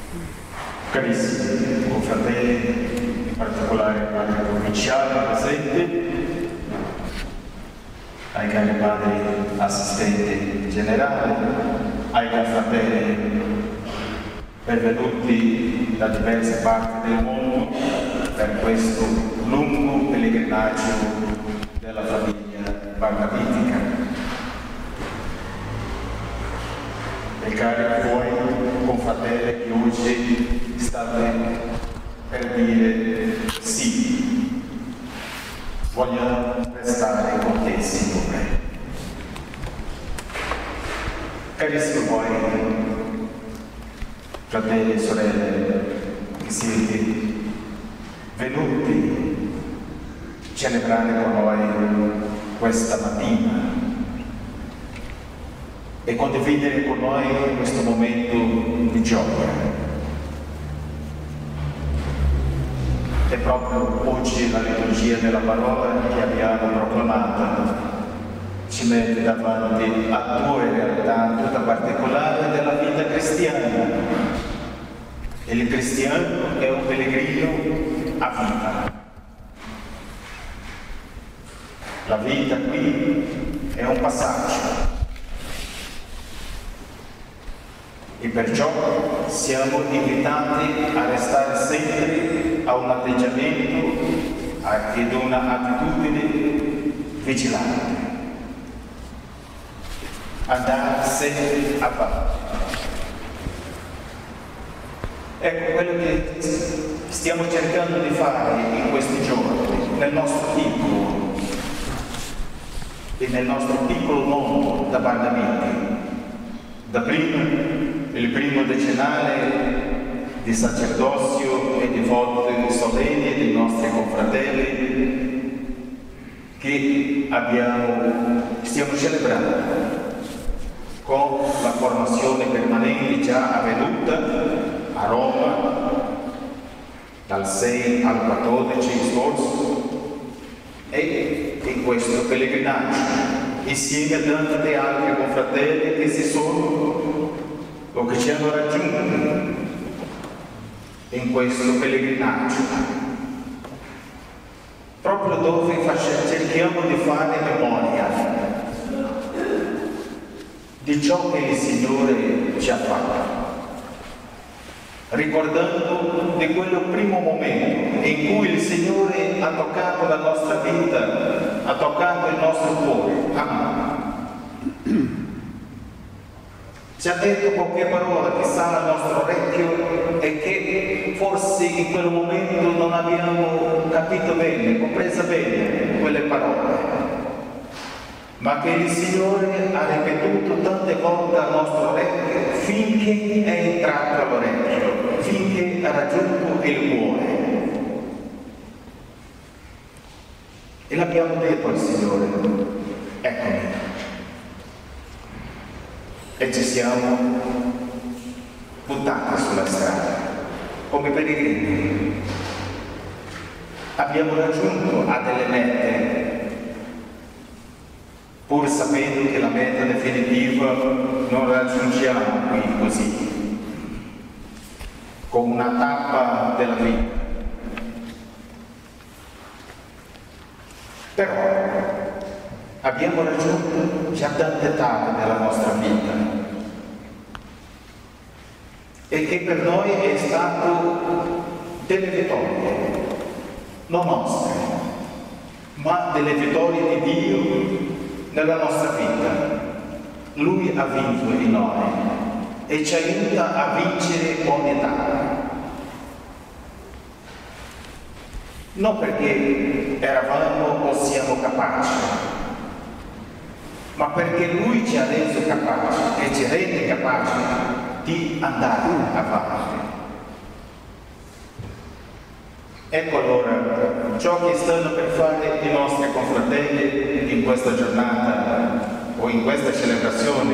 Carissimi confratelli, in particolare il padre provinciale presente, ai cari padri assistenti generali, ai confratelli pervenuti da diverse parti del mondo per questo lungo pellegrinaggio della famiglia barnabitica. E cari voi confratelli che oggi state per dire sì, voglio restare con te, Signore. Carissimi voi, fratelli e sorelle, che siete venuti a celebrare con noi questa mattina e condividere con noi questo momento di gioia. E proprio oggi la liturgia della parola che abbiamo proclamata ci mette davanti a due realtà tutta particolari della vita cristiana. E il cristiano è un pellegrino a vita. La vita qui è un passaggio. E perciò siamo invitati a restare sempre a un atteggiamento ed una attitudine vigilante. Andare sempre avanti. Ecco quello che stiamo cercando di fare in questi giorni, nel nostro piccolo e nel nostro piccolo mondo da barnabiti. Da prima, il primo decennale di sacerdozio e di volte solenni dei nostri confratelli che stiamo celebrando con la formazione permanente già avvenuta a Roma dal 6 al 14 scorso e in questo pellegrinaggio insieme a tanti altri confratelli che si sono o che ci hanno raggiunto in questo pellegrinaggio, proprio dove cerchiamo di fare memoria di ciò che il Signore ci ha fatto, ricordando di quel primo momento in cui il Signore ha toccato la nostra vita, ha toccato il nostro cuore. Ci ha detto qualche parola che sa al nostro orecchio e che forse in quel momento non abbiamo capito bene, compresa bene quelle parole, ma che il Signore ha ripetuto tante volte al nostro orecchio finché è entrato all'orecchio, finché ha raggiunto il cuore. E l'abbiamo detto al Signore, eccomi. E ci siamo buttati sulla strada, come pellegrini. Abbiamo raggiunto a delle mete, pur sapendo che la meta definitiva non raggiungiamo qui così, con una tappa della vita. Però abbiamo raggiunto già tante tappe della nostra vita e che per noi è stato delle vittorie, non nostre, ma delle vittorie di Dio nella nostra vita. Lui ha vinto in noi e ci aiuta a vincere ogni tappa. Non perché eravamo o siamo capaci, ma perché Lui ci ha reso capaci e ci rende capaci di andare avanti. Ecco allora ciò che stanno per fare i nostri confratelli in questa giornata o in questa celebrazione,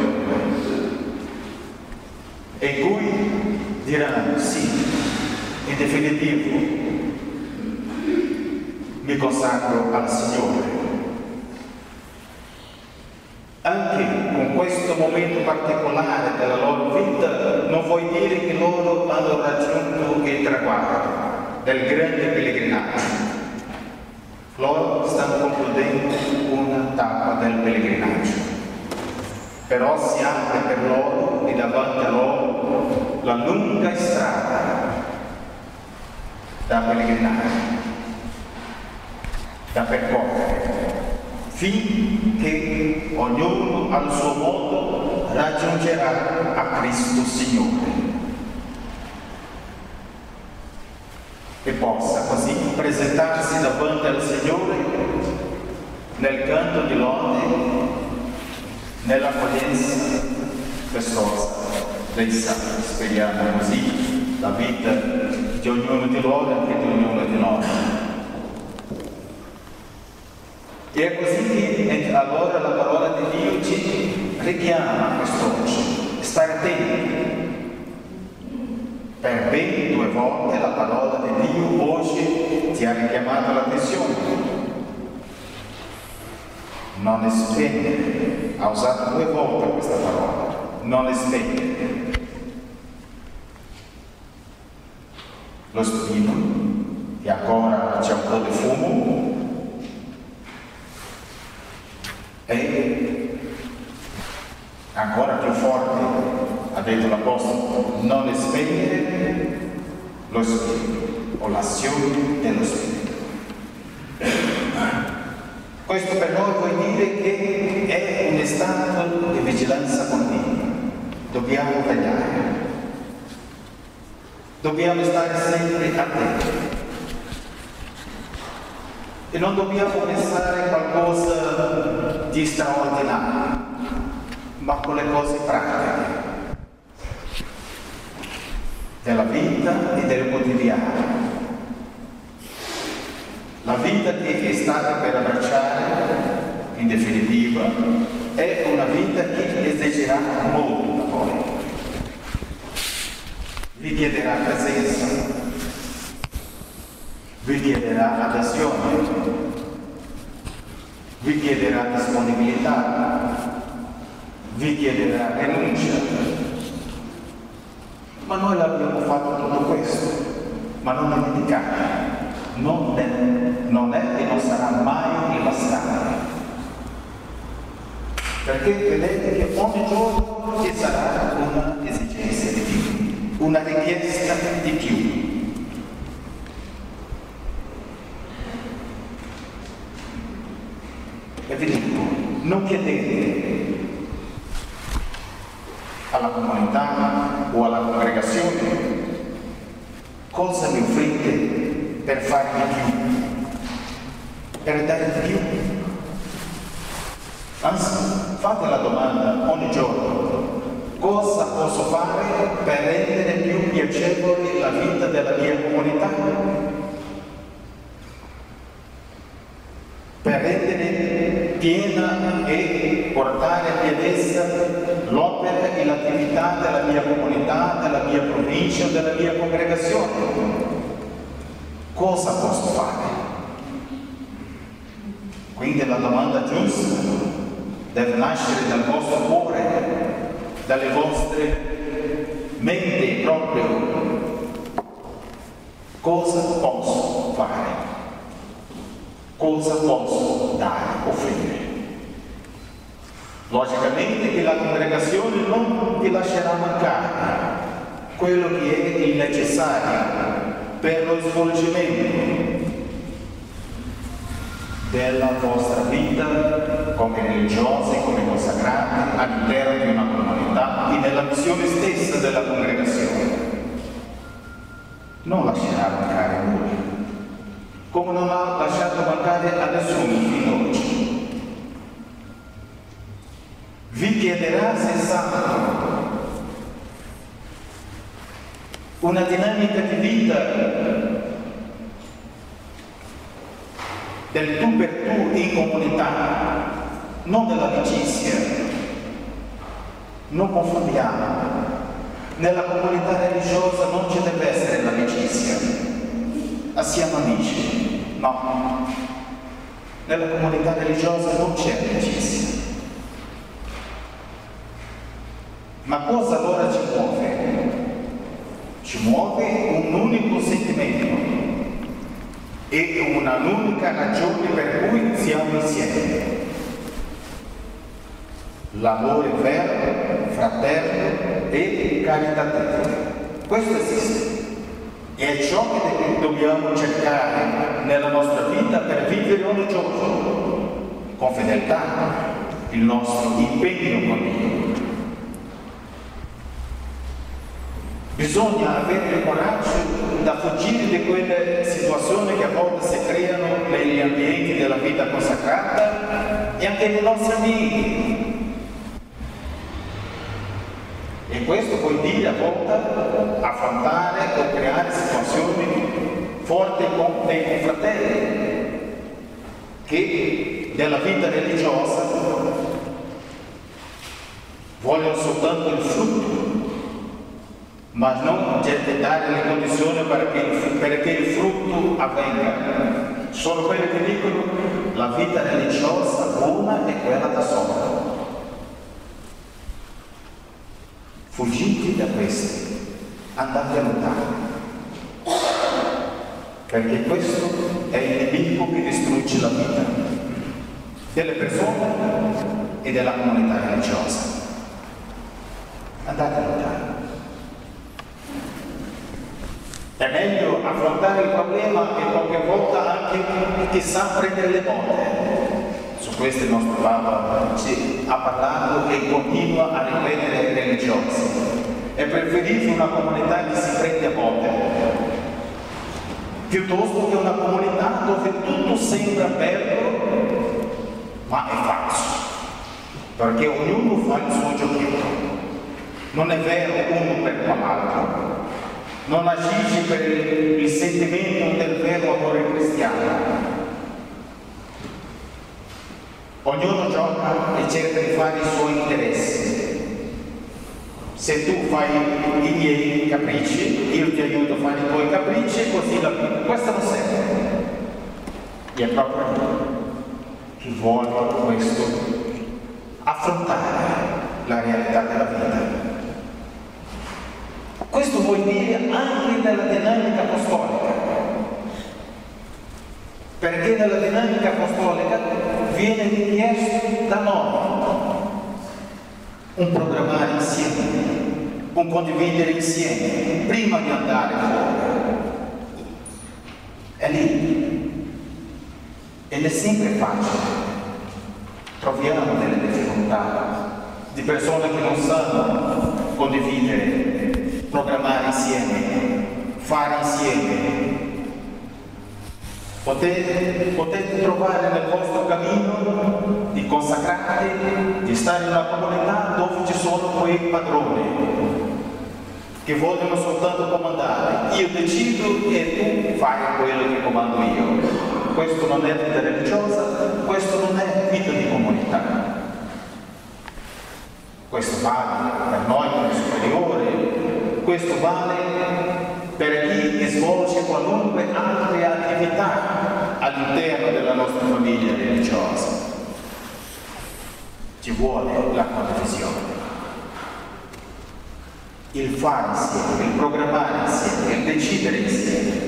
e in cui diranno sì, in definitivo mi consacro al Signore. Anche con questo momento particolare della loro vita non vuol dire che loro hanno del grande pellegrinaggio. Loro stanno concludendo una tappa del pellegrinaggio, però si apre per loro e davanti a loro la lunga strada da pellegrinare, da percorrere, finché ognuno al suo modo raggiungerà a Cristo Signore e possa così presentarsi davanti al Signore nel canto di lode, nell'accoglienza festosa dei santi. Speriamo così la vita di ognuno di loro e anche di ognuno di noi. E è così che allora la parola di Dio ci richiama a quest'oggi. Stare attenti. Per ben 2 volte la parola di Dio oggi ti ha richiamato l'attenzione. Non spegnere. Ha usato 2 volte questa parola. Non spegnere. Lo spino, e ancora c'è un po' di fumo, e ancora più forte ha detto l'Apostolo: non spegnere lo spirito o l'azione dello spirito. Questo per noi vuol dire che è un stato di vigilanza continua. Dobbiamo vegliare, dobbiamo stare sempre attenti e non dobbiamo pensare a qualcosa di straordinario, ma con le cose pratiche della vita e del quotidiano. La vita che è stata per abbracciare, in definitiva, è una vita che esigerà molto da voi. Vi chiederà presenza, vi chiederà adesione, vi chiederà disponibilità, vi chiederà rinuncia. Ma noi l'abbiamo fatto tutto questo, ma non dimenticate, non è e non sarà mai bastante. Perché vedete che ogni giorno ci sarà una esigenza di più, una richiesta di più. E vi dico, non chiedete alla comunità o alla congregazione cosa mi offrite per fare di più, per dare di più. Anzi, fate la domanda ogni giorno: cosa posso fare per rendere più piacevole la vita della mia comunità? Per rendere piena e portare a pienezza l'opera e l'attività della mia comunità, della mia provincia, della mia congregazione. Cosa posso fare? Quindi la domanda giusta deve nascere dal vostro cuore, dalle vostre menti proprio. Cosa posso fare? Cosa posso dare, offrire? Logicamente che la congregazione non vi lascerà mancare quello che è il necessario per lo svolgimento della vostra vita come religiosi, come consacrati all'interno di una comunità e nella missione stessa della congregazione. Non lascerà mancare nulla, come non ha lasciato mancare a nessuno fino ad oggi. Vi chiederà senz'altro una dinamica di vita del tu per tu in comunità, non dell'amicizia. Non confondiamo. Nella comunità religiosa non ci deve essere l'amicizia. Siamo amici. No. Nella comunità religiosa non c'è amicizia. Ma cosa allora ci muove? Ci muove un unico sentimento, è un'unica ragione per cui siamo insieme. L'amore vero, fraterno e caritativo. Questo esiste. E è ciò che dobbiamo cercare nella nostra vita per vivere ogni giorno, con fedeltà, il nostro impegno con Dio. Bisogna avere il coraggio da fuggire di quelle situazioni che a volte si creano negli ambienti della vita consacrata e anche nei nostri ambienti. E questo vuol dire a volte affrontare o creare situazioni forti con dei confratelli che nella vita religiosa vogliono soltanto il frutto, ma non dare le condizioni perché il frutto avvenga. Sono quelli che dicono la vita religiosa buona è quella da sola. Fuggite da questi, andate lontano, perché questo è il nemico che distrugge la vita delle persone e della comunità religiosa. Andate lontano. È meglio affrontare il problema e qualche volta anche chi sa prendere le molle. Su questo il nostro Papa ha parlato e continua a ripetere religiosi. È preferibile una comunità che si prende a botte, piuttosto che una comunità dove tutto sembra bello, ma è falso, perché ognuno fa il suo giochetto. Non è vero uno per l'altro, non agisce per il sentimento del vero amore cristiano. Ognuno gioca e cerca di fare i suoi interessi. Se tu fai i miei capricci, io ti aiuto a fare i tuoi capricci, così la vita. Questo non serve. E è proprio chi vuole questo affrontare la realtà della vita. Questo vuol dire anche nella dinamica apostolica. Perché nella dinamica apostolica viene richiesto da noi un programmare insieme, un condividere insieme, prima di andare fuori. È lì. Ed è sempre facile. Troviamo delle difficoltà di persone che non sanno condividere, programmare insieme, fare insieme. Potete trovare nel vostro cammino di consacrati, di stare in una comunità dove ci sono quei padroni che vogliono soltanto comandare. Io decido e tu fai quello che comando io. Questo non è vita religiosa, questo non è vita di comunità. Questo vale per noi come superiori, questo vale per chi svolge qualunque altra attività all'interno della nostra famiglia religiosa. Ci vuole la condivisione, il fare insieme, il programmare insieme, il decidere insieme.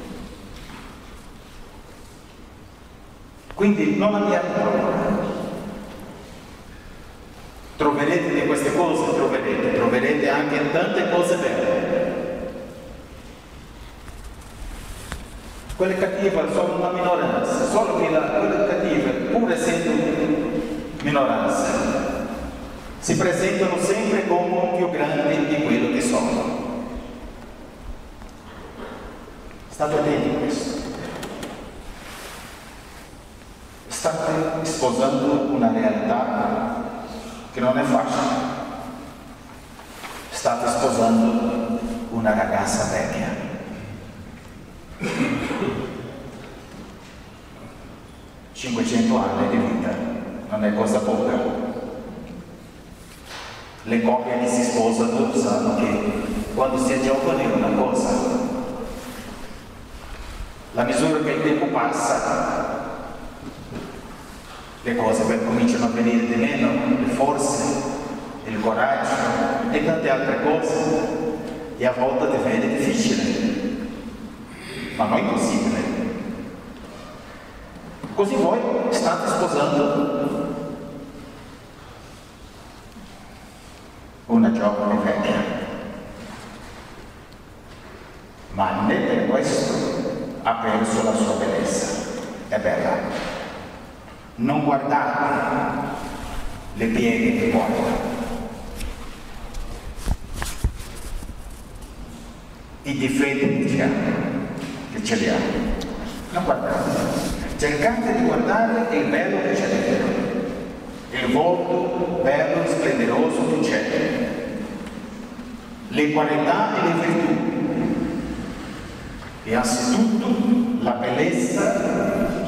Quindi non abbiate paura. Troverete di queste cose, troverete anche tante cose belle. Quelle cattive sono una minoranza, solo che quelle cattive, pur essendo minoranze, si presentano sempre come più grandi di quello che sono. State attenti a questo. State sposando una realtà che non è facile. State sposando una ragazza vecchia. 500 anni di vita, non è cosa poca. Le coppie che si sposano sanno che quando si è giovani è una cosa. La misura che il tempo passa, le cose cominciano a venire di meno, le forze, il coraggio e tante altre cose, e a volte diventa difficile, ma non impossibile. Così voi state sposando una giovane vecchia, ma né per questo ha perso la sua bellezza. È bella. Non guardate le pieghe che porta, i difetti che ce li ha. Non guardate. Cercate di guardare il bello che c'è dentro, il volto bello e splendoroso che c'è, le qualità e le virtù, e anzitutto la bellezza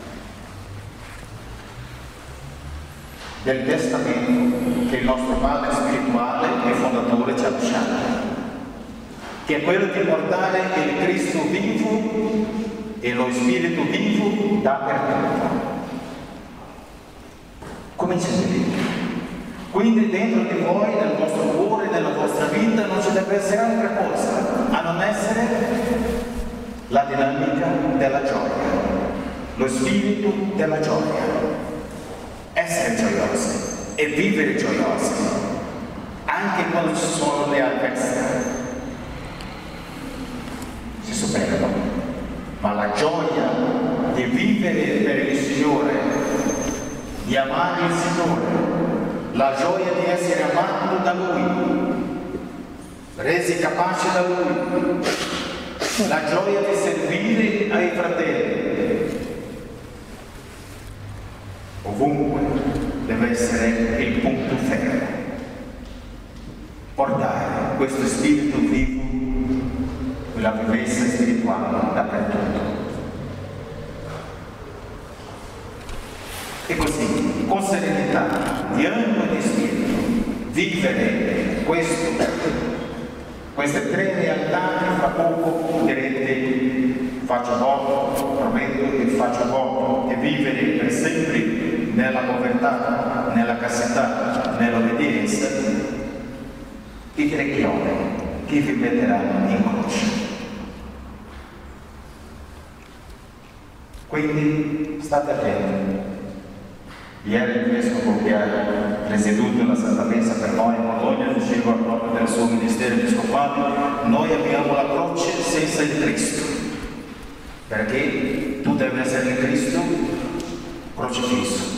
del testamento che il nostro Padre spirituale e fondatore ci ha lasciato, che è quello di portare il Cristo vivo e lo Spirito vivo dappertutto. Cominciate lì. Quindi dentro di voi, nel vostro cuore, nella vostra vita, non ci deve essere altra cosa a non essere la dinamica della gioia, lo spirito della gioia. Essere gioiosi e vivere gioiosi, anche quando ci sono le avversità. Si superano. Ma la gioia di vivere per il Signore, di amare il Signore, la gioia di essere amato da Lui, resi capaci da Lui, la gioia di servire ai fratelli, ovunque deve essere il punto fermo. Portare questo spirito vivo, la vivezza spirituale dappertutto. E così, con serenità, di animo e di spirito, vivere queste tre realtà che fra poco direte faccio voto, prometto che faccio voto, e vivere per sempre nella povertà, nella castità, nell'obbedienza. Chi tre chiome, chi vi metterà in croce. Quindi state attenti. Ieri il Vescovo che ha presieduto la Santa Messa per noi in Bologna diceva proprio del suo ministero episcopale: noi abbiamo la croce senza il Cristo, perché tu devi essere il Cristo crocifisso.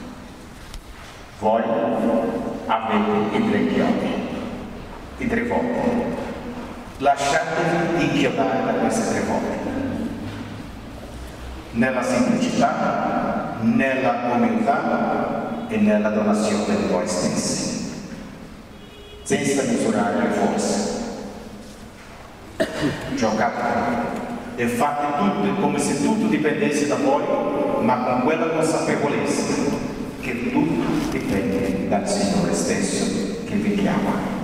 Voi avete i tre chiodi, i tre volti. Lasciatevi inchiodare da queste tre volte. Nella semplicità, nella umiltà e nella donazione di voi stessi, senza misurare le forze. Giocate e fate tutto come se tutto dipendesse da voi, ma con quella consapevolezza che tutto dipende dal Signore stesso che vi chiama.